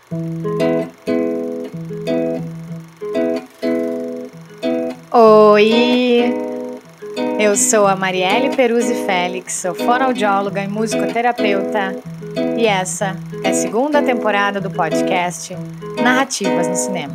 Oi! Eu sou a Marielle Peruzzi Félix, sou fonoaudióloga e musicoterapeuta, e essa é a segunda temporada do podcast Narrativas no Cinema.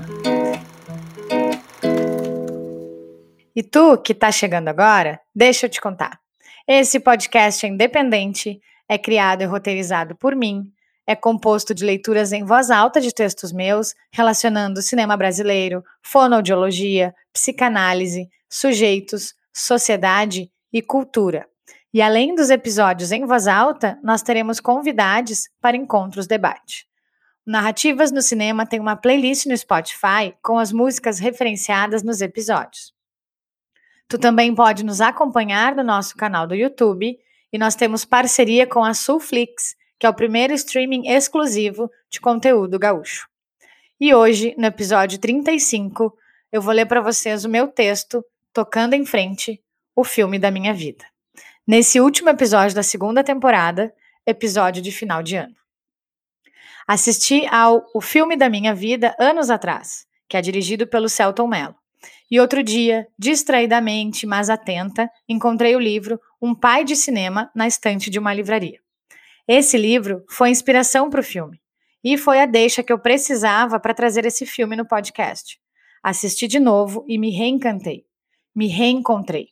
E tu, que tá chegando agora, deixa eu te contar. Esse podcast é independente, é criado e roteirizado por mim, é composto de leituras em voz alta de textos meus, relacionando cinema brasileiro, fonoaudiologia, psicanálise, sujeitos, sociedade e cultura. E além dos episódios em voz alta, nós teremos convidados para encontros debate. Narrativas no Cinema tem uma playlist no Spotify com as músicas referenciadas nos episódios. Tu também pode nos acompanhar no nosso canal do YouTube e nós temos parceria com a Sulflix, que é o primeiro streaming exclusivo de conteúdo gaúcho. E hoje, no episódio 35, eu vou ler para vocês o meu texto, Tocando em Frente, o filme da minha vida. Nesse último episódio da segunda temporada, episódio de final de ano. Assisti ao O Filme da Minha Vida anos atrás, que é dirigido pelo Selton Mello. E outro dia, distraidamente, mas atenta, encontrei o livro Um Pai de Cinema na estante de uma livraria. Esse livro foi inspiração para o filme. E foi a deixa que eu precisava para trazer esse filme no podcast. Assisti de novo e me reencantei. Me reencontrei.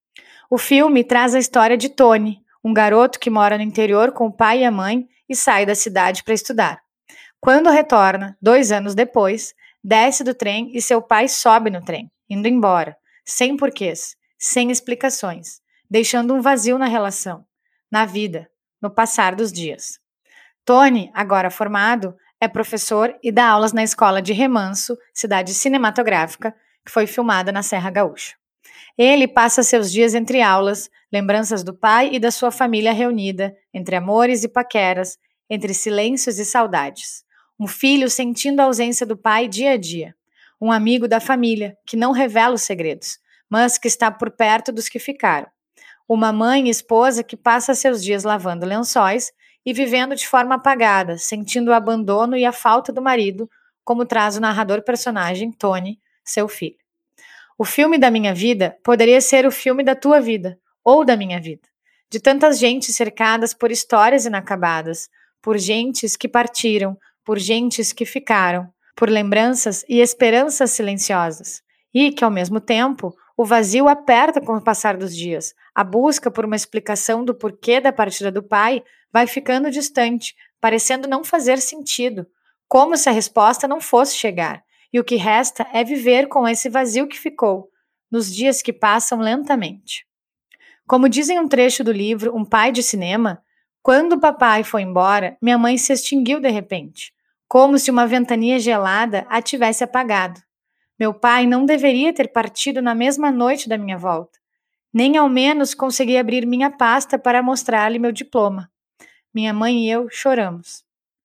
O filme traz a história de Tony, um garoto que mora no interior com o pai e a mãe e sai da cidade para estudar. Quando retorna, 2 anos depois, desce do trem e seu pai sobe no trem, indo embora, sem porquês, sem explicações, deixando um vazio na relação, na vida, no passar dos dias. Tony, agora formado, é professor e dá aulas na escola de Remanso, cidade cinematográfica, que foi filmada na Serra Gaúcha. Ele passa seus dias entre aulas, lembranças do pai e da sua família reunida, entre amores e paqueras, entre silêncios e saudades. Um filho sentindo a ausência do pai dia a dia. Um amigo da família, que não revela os segredos, mas que está por perto dos que ficaram. Uma mãe e esposa que passa seus dias lavando lençóis e vivendo de forma apagada, sentindo o abandono e a falta do marido, como traz o narrador personagem Tony, seu filho. O filme da minha vida poderia ser o filme da tua vida, ou da minha vida. De tantas gentes cercadas por histórias inacabadas, por gentes que partiram, por gentes que ficaram, por lembranças e esperanças silenciosas. E que, ao mesmo tempo, o vazio aperta com o passar dos dias. A busca por uma explicação do porquê da partida do pai vai ficando distante, parecendo não fazer sentido, como se a resposta não fosse chegar. E o que resta é viver com esse vazio que ficou, nos dias que passam lentamente. Como diz em um trecho do livro Um Pai de Cinema, quando o papai foi embora, minha mãe se extinguiu de repente, como se uma ventania gelada a tivesse apagado. Meu pai não deveria ter partido na mesma noite da minha volta. Nem ao menos consegui abrir minha pasta para mostrar-lhe meu diploma. Minha mãe e eu choramos.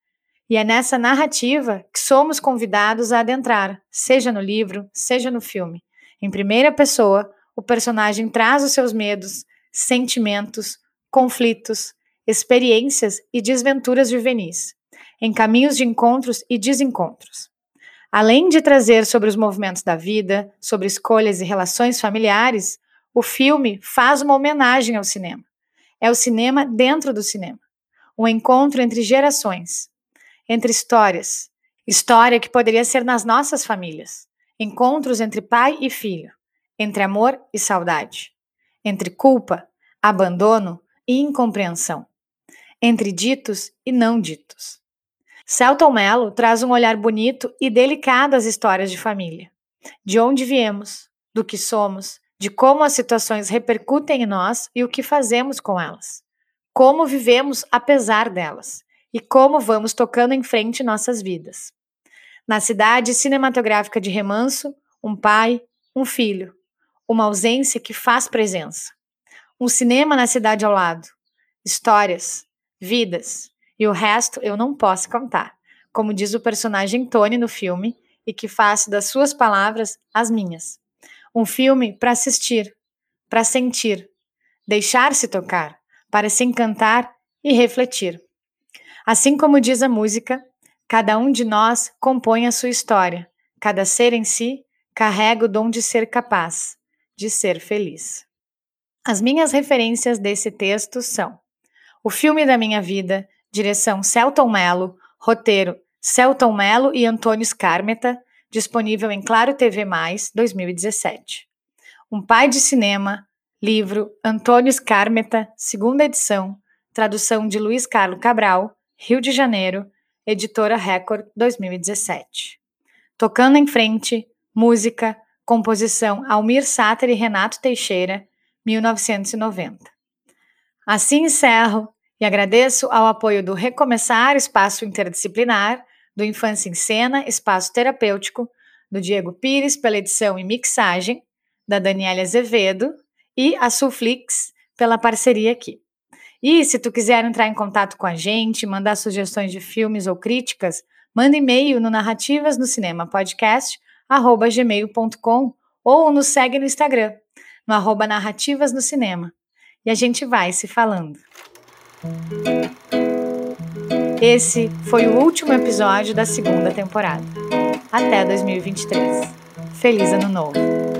E é nessa narrativa que somos convidados a adentrar, seja no livro, seja no filme. Em primeira pessoa, o personagem traz os seus medos, sentimentos, conflitos, experiências e desventuras juvenis, em caminhos de encontros e desencontros. Além de trazer sobre os movimentos da vida, sobre escolhas e relações familiares, o filme faz uma homenagem ao cinema. É o cinema dentro do cinema. Um encontro entre gerações, entre histórias. História que poderia ser nas nossas famílias. Encontros entre pai e filho. Entre amor e saudade. Entre culpa, abandono e incompreensão. Entre ditos e não ditos. Selton Mello traz um olhar bonito e delicado às histórias de família. De onde viemos, do que somos, de como as situações repercutem em nós e o que fazemos com elas. Como vivemos apesar delas e como vamos tocando em frente nossas vidas. Na cidade cinematográfica de Remanso, um pai, um filho, uma ausência que faz presença. Um cinema na cidade ao lado, histórias, vidas, e o resto eu não posso contar, como diz o personagem Tony no filme, e que faço das suas palavras as minhas. Um filme para assistir, para sentir, deixar-se tocar, para se encantar e refletir. Assim como diz a música, Cada um de nós compõe a sua história. Cada ser em si carrega o dom de ser capaz, de ser feliz. As minhas referências desse texto são O Filme da Minha Vida, direção Selton Mello, roteiro Selton Mello e Antônio Skármeta, disponível em Claro TV+, 2017. Um Pai de Cinema, livro Antônio Skármeta, segunda edição, tradução de Luiz Carlos Cabral, Rio de Janeiro, editora Record, 2017. Tocando em Frente, música, composição Almir Sater e Renato Teixeira, 1990. Assim encerro e agradeço ao apoio do Recomeçar, Espaço Interdisciplinar, do Infância em Cena, Espaço Terapêutico, do Diego Pires pela edição e mixagem, da Daniela Azevedo e a Sulflix pela parceria aqui. E se tu quiser entrar em contato com a gente, mandar sugestões de filmes ou críticas, manda e-mail no narrativasnocinemapodcast@gmail.com ou nos segue no Instagram, no @narrativasnocinema. E a gente vai se falando. Esse foi o último episódio da segunda temporada. Até 2023. Feliz Ano Novo!